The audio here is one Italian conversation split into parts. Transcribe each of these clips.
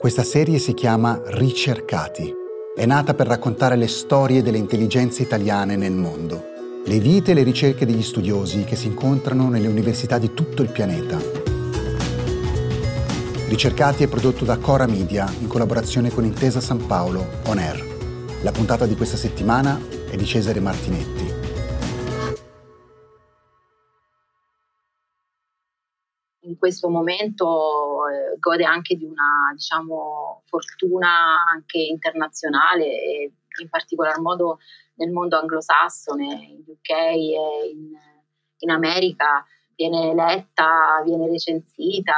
Questa serie si chiama Ricercati. È nata per raccontare le storie delle intelligenze italiane nel mondo, le vite e le ricerche degli studiosi che si incontrano nelle università di tutto il pianeta. Ricercati è prodotto da Cora Media in collaborazione con Intesa San Paolo On Air. La puntata di questa settimana è di Cesare Martinetti. In questo momento gode anche di una, fortuna anche internazionale e in particolar modo nel mondo anglosassone, in UK e in America. Viene letta, viene recensita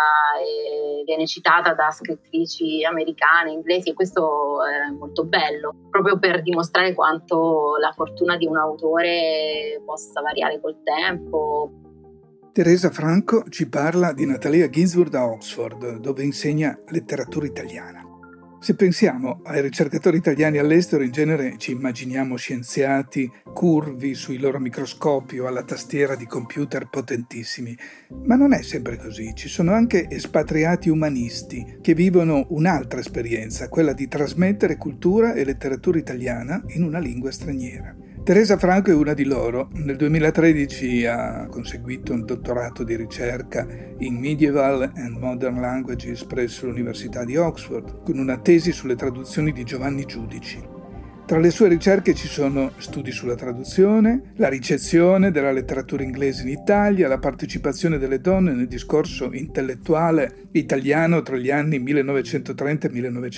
e viene citata da scrittrici americane, inglesi, e questo è molto bello, proprio per dimostrare quanto la fortuna di un autore possa variare col tempo. Teresa Franco ci parla di Natalia Ginzburg a Oxford, dove insegna letteratura italiana. Se pensiamo ai ricercatori italiani all'estero, in genere ci immaginiamo scienziati curvi sui loro microscopi o alla tastiera di computer potentissimi. Ma non è sempre così. Ci sono anche espatriati umanisti che vivono un'altra esperienza, quella di trasmettere cultura e letteratura italiana in una lingua straniera. Teresa Franco è una di loro. Nel 2013 ha conseguito un dottorato di ricerca in Medieval and Modern Languages presso l'Università di Oxford, con una tesi sulle traduzioni di Giovanni Giudici. Tra le sue ricerche ci sono studi sulla traduzione, la ricezione della letteratura inglese in Italia, la partecipazione delle donne nel discorso intellettuale italiano tra gli anni 1930 e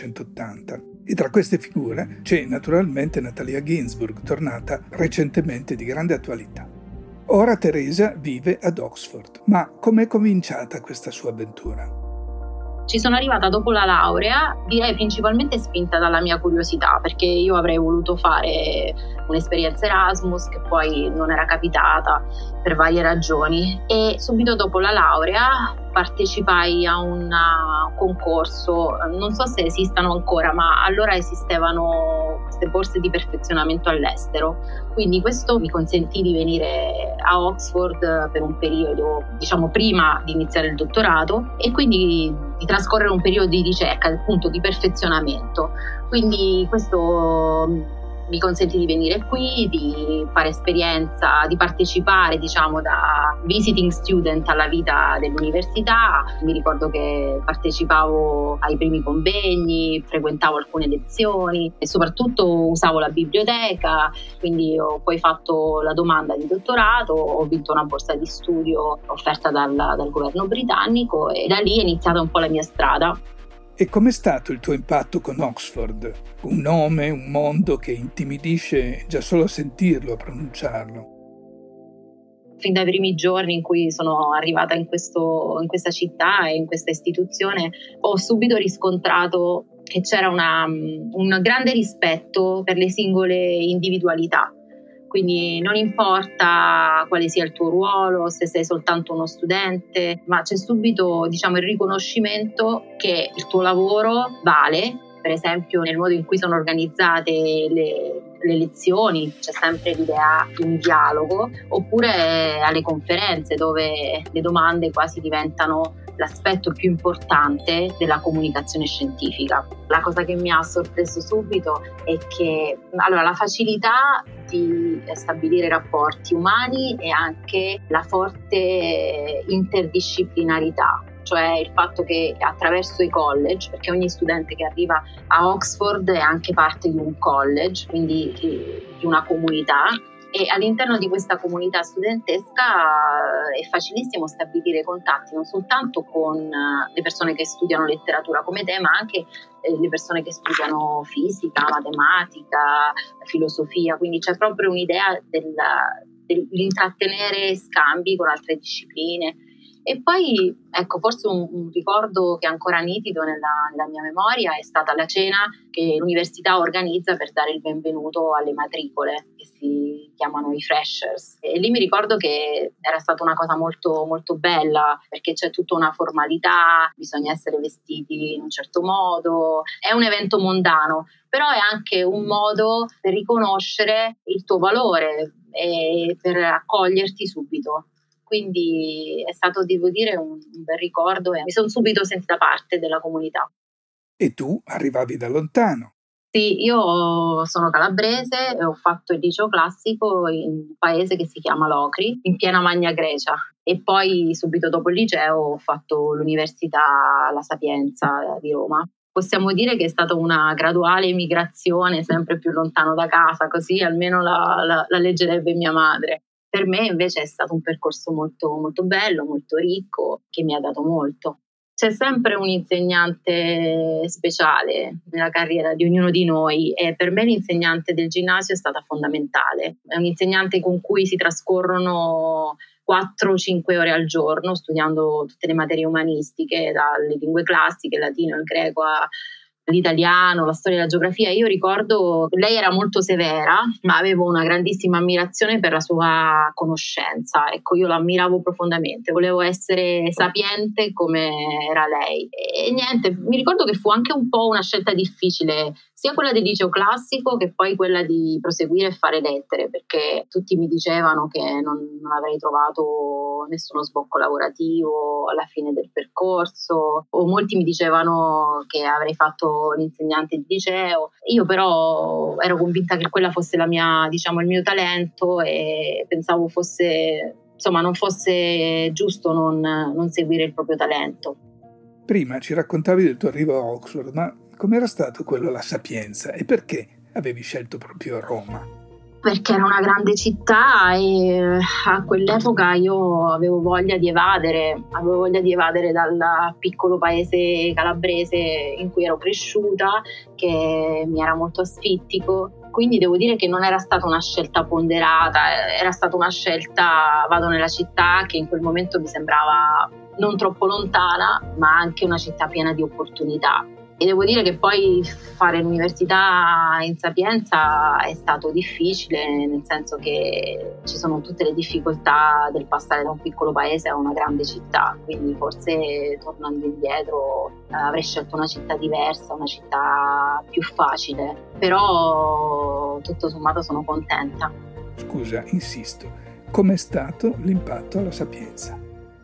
1980. E tra queste figure c'è naturalmente Natalia Ginzburg, tornata recentemente di grande attualità. Ora Teresa vive ad Oxford. Ma com'è cominciata questa sua avventura? Ci sono arrivata dopo la laurea, direi principalmente spinta dalla mia curiosità, perché io avrei voluto fare un'esperienza Erasmus che poi non era capitata per varie ragioni, e subito dopo la laurea partecipai a un concorso, non so se esistano ancora, ma allora esistevano queste borse di perfezionamento all'estero, quindi questo mi consentì di venire a Oxford per un periodo, prima di iniziare il dottorato, e quindi di trascorrere un periodo di ricerca, appunto di perfezionamento. Quindi questo mi consentì di venire qui, di fare esperienza, di partecipare da visiting student alla vita dell'università. Mi ricordo che partecipavo ai primi convegni, frequentavo alcune lezioni e soprattutto usavo la biblioteca, quindi ho poi fatto la domanda di dottorato, ho vinto una borsa di studio offerta dal governo britannico e da lì è iniziata un po' la mia strada. E com'è stato il tuo impatto con Oxford? Un nome, un mondo che intimidisce già solo a sentirlo, a pronunciarlo. Fin dai primi giorni in cui sono arrivata in questa città e in questa istituzione, ho subito riscontrato che c'era un grande rispetto per le singole individualità. Quindi non importa quale sia il tuo ruolo, se sei soltanto uno studente, ma c'è subito il riconoscimento che il tuo lavoro vale. Per esempio nel modo in cui sono organizzate le lezioni c'è sempre l'idea di un dialogo, oppure alle conferenze dove le domande quasi diventano l'aspetto più importante della comunicazione scientifica. La cosa che mi ha sorpreso subito è che la facilità di stabilire rapporti umani e anche la forte interdisciplinarità, cioè il fatto che attraverso i college, perché ogni studente che arriva a Oxford è anche parte di un college, quindi di una comunità, e all'interno di questa comunità studentesca è facilissimo stabilire contatti non soltanto con le persone che studiano letteratura come te, ma anche le persone che studiano fisica, matematica, filosofia, quindi c'è proprio un'idea dell'intrattenere scambi con altre discipline. E poi, forse un ricordo che è ancora nitido nella mia memoria è stata la cena che l'università organizza per dare il benvenuto alle matricole, che si chiamano i freshers. E lì mi ricordo che era stata una cosa molto, molto bella, perché c'è tutta una formalità, bisogna essere vestiti in un certo modo, è un evento mondano, però è anche un modo per riconoscere il tuo valore e per accoglierti subito. Quindi è stato, devo dire, un bel ricordo e mi sono subito sentita parte della comunità. E tu arrivavi da lontano. Sì, io sono calabrese e ho fatto il liceo classico in un paese che si chiama Locri, in piena Magna Grecia. E poi subito dopo il liceo ho fatto l'università La Sapienza di Roma. Possiamo dire che è stata una graduale migrazione sempre più lontano da casa, così almeno la leggerebbe mia madre. Per me invece è stato un percorso molto, molto bello, molto ricco, che mi ha dato molto. C'è sempre un insegnante speciale nella carriera di ognuno di noi e per me l'insegnante del ginnasio è stata fondamentale. È un insegnante con cui si trascorrono 4-5 ore al giorno studiando tutte le materie umanistiche, dalle lingue classiche, il latino, il greco, l'italiano, la storia e la geografia. Io ricordo che lei era molto severa, ma avevo una grandissima ammirazione per la sua conoscenza. Ecco, io l'ammiravo profondamente, volevo essere sapiente come era lei. E niente, mi ricordo che fu anche un po' una scelta difficile, sia quella del liceo classico che poi quella di proseguire e fare lettere, perché tutti mi dicevano che non avrei trovato nessuno sbocco lavorativo alla fine del percorso, o molti mi dicevano che avrei fatto l'insegnante di liceo. Io però ero convinta che quella fosse la mia, diciamo, il mio talento e pensavo fosse, insomma, non fosse giusto non seguire il proprio talento. Prima ci raccontavi del tuo arrivo a Oxford, ma com'era stato quello alla Sapienza e perché avevi scelto proprio Roma? Perché era una grande città e a quell'epoca io avevo voglia di evadere dal piccolo paese calabrese in cui ero cresciuta, che mi era molto asfittico. Quindi devo dire che non era stata una scelta ponderata, era stata una scelta vado nella città che in quel momento mi sembrava non troppo lontana, ma anche una città piena di opportunità. E devo dire che poi fare l'università in Sapienza è stato difficile, nel senso che ci sono tutte le difficoltà del passare da un piccolo paese a una grande città, quindi forse tornando indietro avrei scelto una città diversa, una città più facile, però tutto sommato sono contenta. Scusa, insisto, com'è stato l'impatto alla Sapienza?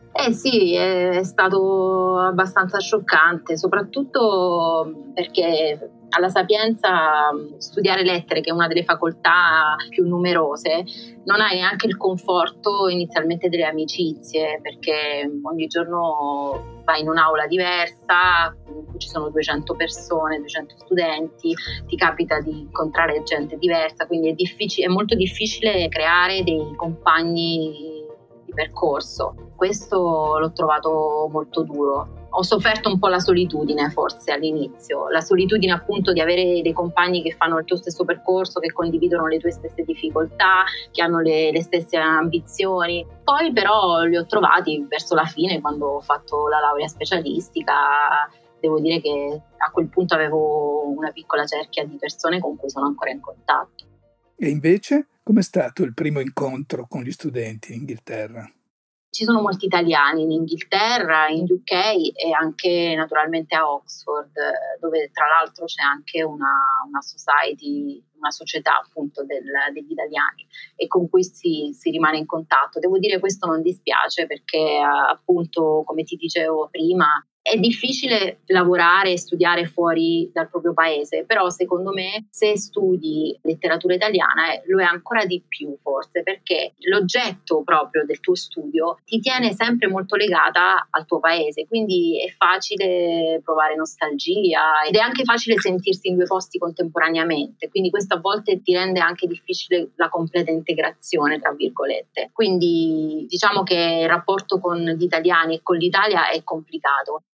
Sì, è stato abbastanza scioccante, soprattutto perché alla Sapienza studiare lettere, che è una delle facoltà più numerose, non hai neanche il conforto inizialmente delle amicizie, perché ogni giorno vai in un'aula diversa, in cui ci sono 200 persone, 200 studenti, ti capita di incontrare gente diversa, quindi è molto difficile creare dei compagni di percorso. Questo l'ho trovato molto duro. Ho sofferto un po' la solitudine forse all'inizio, la solitudine appunto di avere dei compagni che fanno il tuo stesso percorso, che condividono le tue stesse difficoltà, che hanno le stesse ambizioni. Poi però li ho trovati verso la fine, quando ho fatto la laurea specialistica. Devo dire che a quel punto avevo una piccola cerchia di persone con cui sono ancora in contatto. E invece, com'è stato il primo incontro con gli studenti in Inghilterra? Ci sono molti italiani in Inghilterra, in UK e anche naturalmente a Oxford, dove tra l'altro c'è anche una society, una società appunto degli italiani e con cui si rimane in contatto. Devo dire questo non dispiace perché appunto, come ti dicevo prima, è difficile lavorare e studiare fuori dal proprio paese, però secondo me se studi letteratura italiana lo è ancora di più forse, perché l'oggetto proprio del tuo studio ti tiene sempre molto legata al tuo paese, quindi è facile provare nostalgia ed è anche facile sentirsi in due posti contemporaneamente, quindi questo a volte ti rende anche difficile la completa integrazione, tra virgolette. Quindi diciamo che il rapporto con gli italiani e con l'Italia è complicato.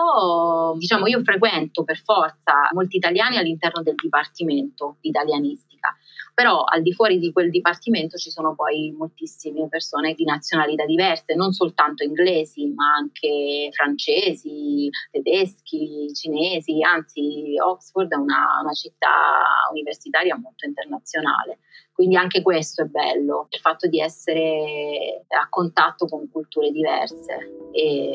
Però diciamo io frequento per forza molti italiani all'interno del dipartimento di italianistica, però al di fuori di quel dipartimento ci sono poi moltissime persone di nazionalità diverse, non soltanto inglesi ma anche francesi, tedeschi, cinesi, anzi Oxford è una città universitaria molto internazionale. Quindi anche questo è bello, il fatto di essere a contatto con culture diverse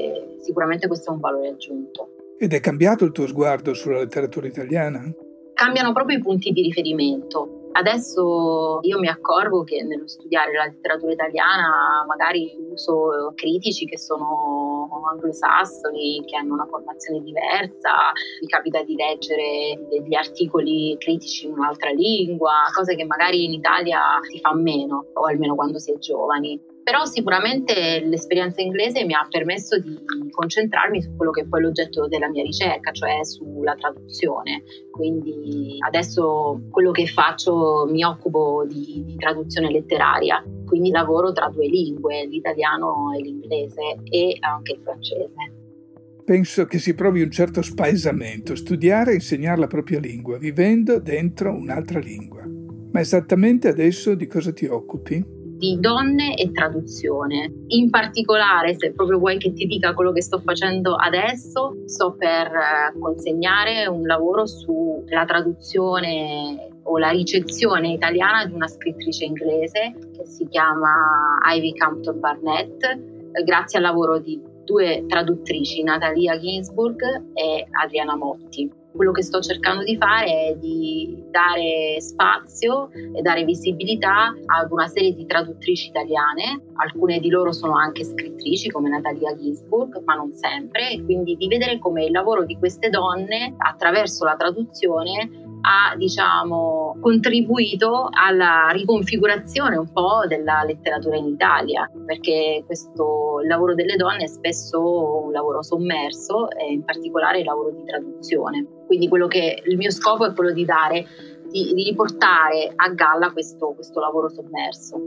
e sicuramente questo è un valore aggiunto. Ed è cambiato il tuo sguardo sulla letteratura italiana? Cambiano proprio i punti di riferimento. Adesso io mi accorgo che nello studiare la letteratura italiana magari uso critici che sono sono anglosassoni, che hanno una formazione diversa, mi capita di leggere degli articoli critici in un'altra lingua, cose che magari in Italia si fa meno, o almeno quando si è giovani. Però sicuramente l'esperienza inglese mi ha permesso di concentrarmi su quello che è poi l'oggetto della mia ricerca, cioè sulla traduzione. Quindi adesso quello che faccio, mi occupo di traduzione letteraria, quindi lavoro tra due lingue, l'italiano e l'inglese e anche il francese. Penso che si provi un certo spaesamento, studiare e insegnare la propria lingua, vivendo dentro un'altra lingua. Ma esattamente adesso di cosa ti occupi? Di donne e traduzione. In particolare, se proprio vuoi che ti dica quello che sto facendo adesso, sto per consegnare un lavoro sulla traduzione o la ricezione italiana di una scrittrice inglese che si chiama Ivy Campton Barnett, grazie al lavoro di due traduttrici, Natalia Ginsburg e Adriana Motti. Quello che sto cercando di fare è di dare spazio e dare visibilità ad una serie di traduttrici italiane. Alcune di loro sono anche scrittrici come Natalia Ginsburg, ma non sempre, e quindi di vedere come il lavoro di queste donne attraverso la traduzione ha, contribuito alla riconfigurazione un po' della letteratura in Italia, perché il lavoro delle donne è spesso un lavoro sommerso e in particolare il lavoro di traduzione. Quindi il mio scopo è quello di riportare a galla questo lavoro sommerso.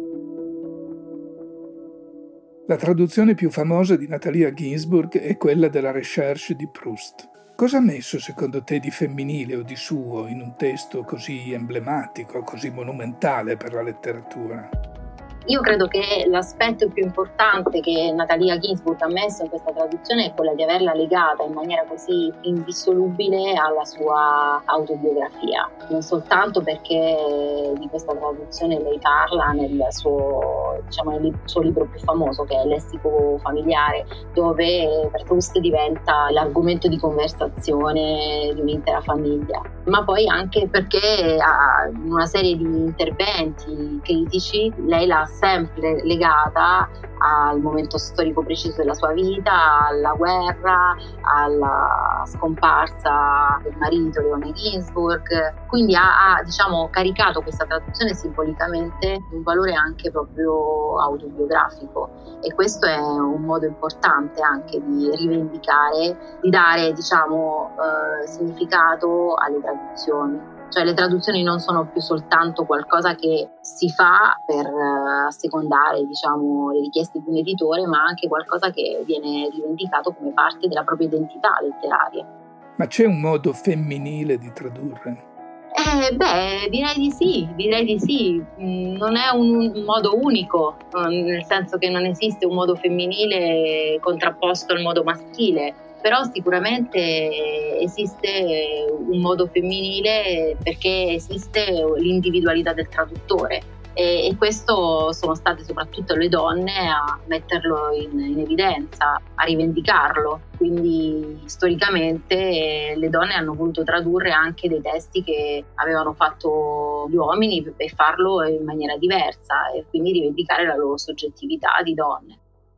La traduzione più famosa di Natalia Ginsburg è quella della Recherche di Proust. Cosa ha messo secondo te di femminile o di suo in un testo così emblematico, così monumentale per la letteratura? Io credo che l'aspetto più importante che Natalia Ginsburg ha messo in questa traduzione è quella di averla legata in maniera così indissolubile alla sua autobiografia. Non soltanto perché di questa traduzione lei parla nel suo libro più famoso, che è Lessico familiare, dove per Proust diventa l'argomento di conversazione di un'intera famiglia, ma poi anche perché in una serie di interventi critici lei l'ha sempre legata al momento storico preciso della sua vita, alla guerra, alla scomparsa del marito Leone Ginsburg. Quindi ha caricato questa traduzione simbolicamente di un valore anche proprio autobiografico, e questo è un modo importante anche di rivendicare, di dare significato alle traduzioni. Cioè le traduzioni non sono più soltanto qualcosa che si fa per assecondare le richieste di un editore, ma anche qualcosa che viene rivendicato come parte della propria identità letteraria. Ma c'è un modo femminile di tradurre? Direi di sì. Non è un modo unico, nel senso che non esiste un modo femminile contrapposto al modo maschile. Però sicuramente esiste un modo femminile perché esiste l'individualità del traduttore, e questo sono state soprattutto le donne a metterlo in evidenza, a rivendicarlo. Quindi storicamente le donne hanno voluto tradurre anche dei testi che avevano fatto gli uomini e farlo in maniera diversa, e quindi rivendicare la loro soggettività di donne.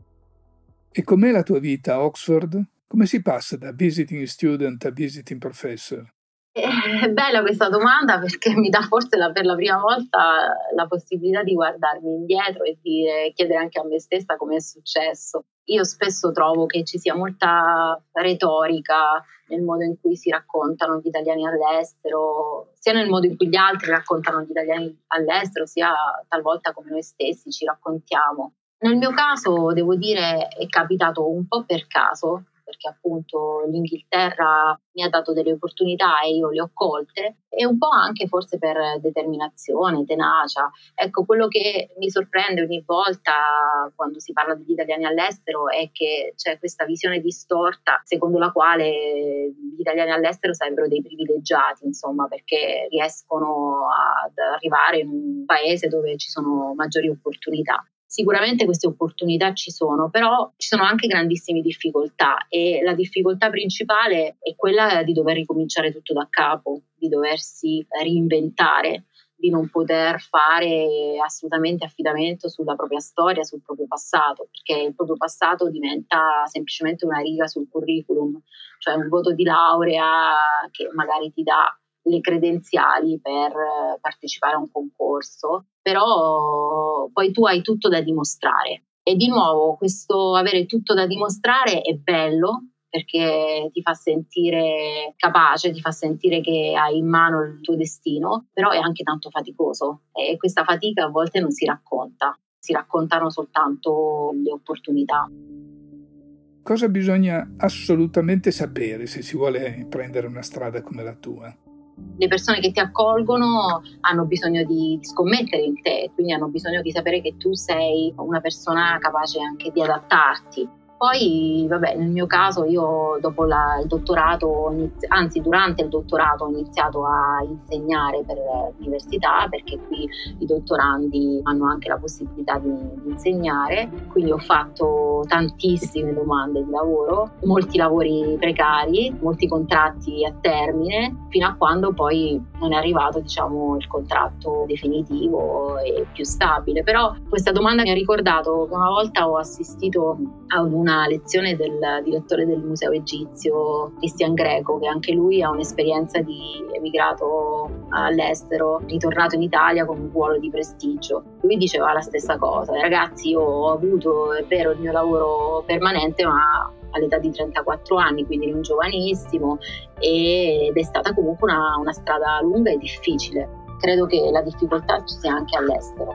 E com'è la tua vita a Oxford? Come si passa da visiting student a visiting professor? È bella questa domanda, perché mi dà forse per la prima volta la possibilità di guardarmi indietro e chiedere anche a me stessa come è successo. Io spesso trovo che ci sia molta retorica nel modo in cui si raccontano gli italiani all'estero, sia nel modo in cui gli altri raccontano gli italiani all'estero, sia talvolta come noi stessi ci raccontiamo. Nel mio caso, devo dire, è capitato un po' per caso, perché appunto l'Inghilterra mi ha dato delle opportunità e io le ho colte, e un po' anche forse per determinazione, tenacia. Ecco, quello che mi sorprende ogni volta quando si parla degli italiani all'estero è che c'è questa visione distorta secondo la quale gli italiani all'estero sarebbero dei privilegiati, insomma, perché riescono ad arrivare in un paese dove ci sono maggiori opportunità. Sicuramente queste opportunità ci sono, però ci sono anche grandissime difficoltà, e la difficoltà principale è quella di dover ricominciare tutto da capo, di doversi reinventare, di non poter fare assolutamente affidamento sulla propria storia, sul proprio passato, perché il proprio passato diventa semplicemente una riga sul curriculum, cioè un voto di laurea che magari ti dà le credenziali per partecipare a un concorso, però poi tu hai tutto da dimostrare. E di nuovo questo avere tutto da dimostrare è bello, perché ti fa sentire capace, ti fa sentire che hai in mano il tuo destino, però è anche tanto faticoso e questa fatica a volte non si racconta, si raccontano soltanto le opportunità. Cosa bisogna assolutamente sapere se si vuole prendere una strada come la tua? Le persone che ti accolgono hanno bisogno di scommettere in te, quindi hanno bisogno di sapere che tu sei una persona capace anche di adattarti. Poi, nel mio caso io dopo il dottorato, anzi durante il dottorato ho iniziato a insegnare per l'università, perché qui i dottorandi hanno anche la possibilità di insegnare, quindi ho fatto tantissime domande di lavoro, molti lavori precari, molti contratti a termine, fino a quando poi non è arrivato il contratto definitivo e più stabile. Però questa domanda mi ha ricordato che una volta ho assistito a una lezione del direttore del museo egizio Christian Greco, che anche lui ha un'esperienza di emigrato all'estero, ritornato in Italia con un ruolo di prestigio. Lui diceva la stessa cosa: ragazzi, io ho avuto, è vero, il mio lavoro permanente, ma all'età di 34 anni, quindi non giovanissimo, ed è stata comunque una strada lunga e difficile. Credo che la difficoltà ci sia anche all'estero.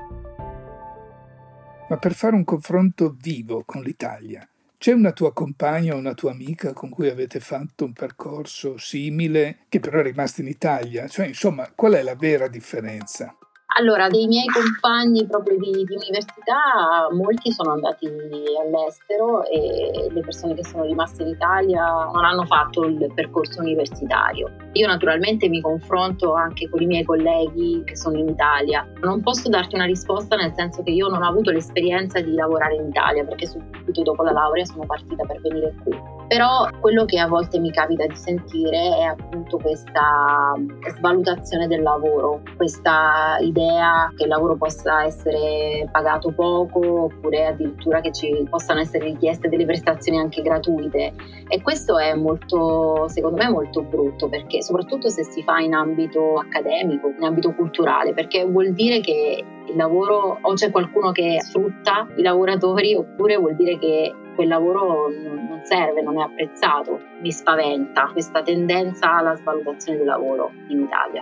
Ma per fare un confronto vivo con l'Italia, c'è una tua compagna o una tua amica con cui avete fatto un percorso simile, che però è rimasta in Italia? Cioè, insomma, qual è la vera differenza? Allora, dei miei compagni proprio di università, molti sono andati all'estero e le persone che sono rimaste in Italia non hanno fatto il percorso universitario. Io naturalmente mi confronto anche con i miei colleghi che sono in Italia. Non posso darti una risposta, nel senso che io non ho avuto l'esperienza di lavorare in Italia, perché subito dopo la laurea sono partita per venire qui. Però quello che a volte mi capita di sentire è appunto questa svalutazione del lavoro, questa idea che il lavoro possa essere pagato poco, oppure addirittura che ci possano essere richieste delle prestazioni anche gratuite. E questo è molto, secondo me, molto brutto, perché soprattutto se si fa in ambito accademico, in ambito culturale, perché vuol dire che il lavoro, o c'è qualcuno che sfrutta i lavoratori, oppure vuol dire che quel lavoro non serve, non è apprezzato. Mi spaventa questa tendenza alla svalutazione del lavoro in Italia.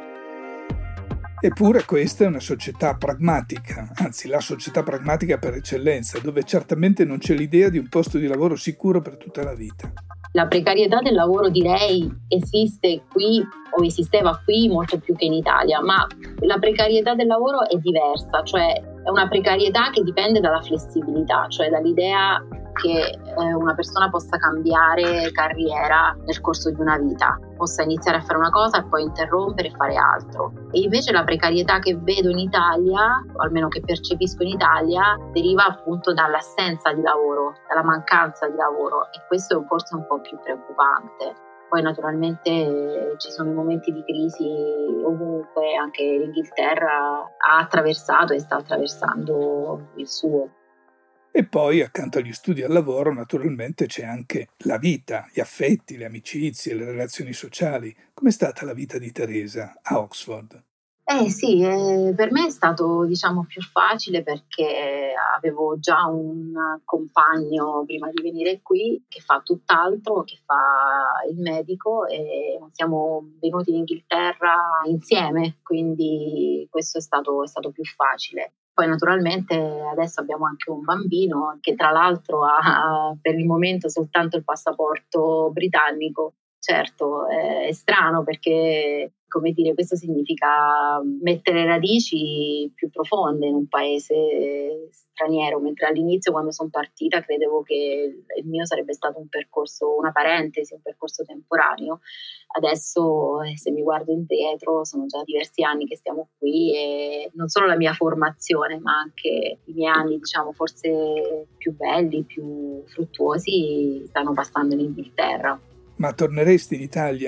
Eppure questa è una società pragmatica, anzi la società pragmatica per eccellenza, dove certamente non c'è l'idea di un posto di lavoro sicuro per tutta la vita. La precarietà del lavoro, direi, esiste qui o esisteva qui molto più che in Italia, ma la precarietà del lavoro è diversa, cioè è una precarietà che dipende dalla flessibilità, cioè dall'idea che una persona possa cambiare carriera nel corso di una vita, possa iniziare a fare una cosa e poi interrompere e fare altro. E invece la precarietà che vedo in Italia, o almeno che percepisco in Italia, deriva appunto dall'assenza di lavoro, dalla mancanza di lavoro, e questo è forse un po' più preoccupante. Poi naturalmente ci sono i momenti di crisi ovunque, anche l'Inghilterra ha attraversato e sta attraversando il suo. E poi, accanto agli studi e al lavoro, naturalmente c'è anche la vita, gli affetti, le amicizie, le relazioni sociali. Com'è stata la vita di Teresa a Oxford? Sì, per me è stato più facile, perché avevo già un compagno prima di venire qui che fa tutt'altro, che fa il medico, e siamo venuti in Inghilterra insieme, quindi questo è stato più facile. Poi naturalmente adesso abbiamo anche un bambino che tra l'altro ha per il momento soltanto il passaporto britannico. Certo, è strano, perché questo significa mettere radici più profonde in un paese straniero, mentre all'inizio, quando sono partita, credevo che il mio sarebbe stato un percorso, una parentesi, un percorso temporaneo. Adesso, se mi guardo indietro, sono già diversi anni che stiamo qui, e non solo la mia formazione, ma anche i miei anni, forse più belli, più fruttuosi, stanno passando in Inghilterra. Ma torneresti in Italia?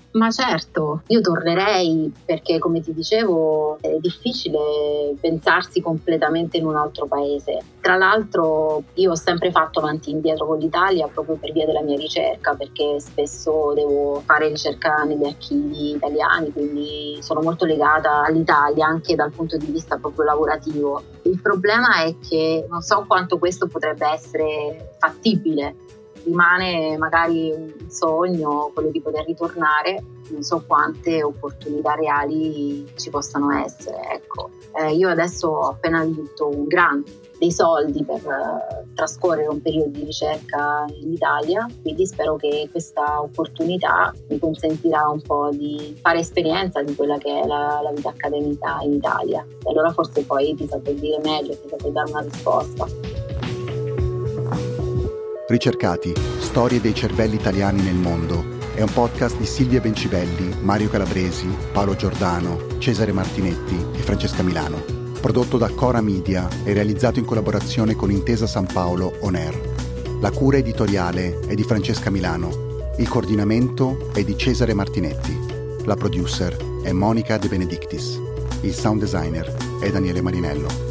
Ma certo, io tornerei perché, come ti dicevo, è difficile pensarsi completamente in un altro paese. Tra l'altro io ho sempre fatto avanti e indietro con l'Italia proprio per via della mia ricerca, perché spesso devo fare ricerca negli archivi italiani, quindi sono molto legata all'Italia anche dal punto di vista proprio lavorativo. Il problema è che non so quanto questo potrebbe essere fattibile. Rimane magari un sogno quello di poter ritornare, non so quante opportunità reali ci possano essere. Ecco. Io adesso ho appena vinto un grant, dei soldi per trascorrere un periodo di ricerca in Italia, quindi spero che questa opportunità mi consentirà un po' di fare esperienza di quella che è la vita accademica in Italia, e allora forse poi ti saprei dire meglio, ti saprei dare una risposta. Ricercati, storie dei cervelli italiani nel mondo è un podcast di Silvia Bencivelli, Mario Calabresi, Paolo Giordano, Cesare Martinetti e Francesca Milano. Prodotto da Cora Media e realizzato in collaborazione con Intesa San Paolo On Air. La cura editoriale è di Francesca Milano. Il coordinamento è di Cesare Martinetti. La producer è Monica De Benedictis. Il sound designer è Daniele Marinello.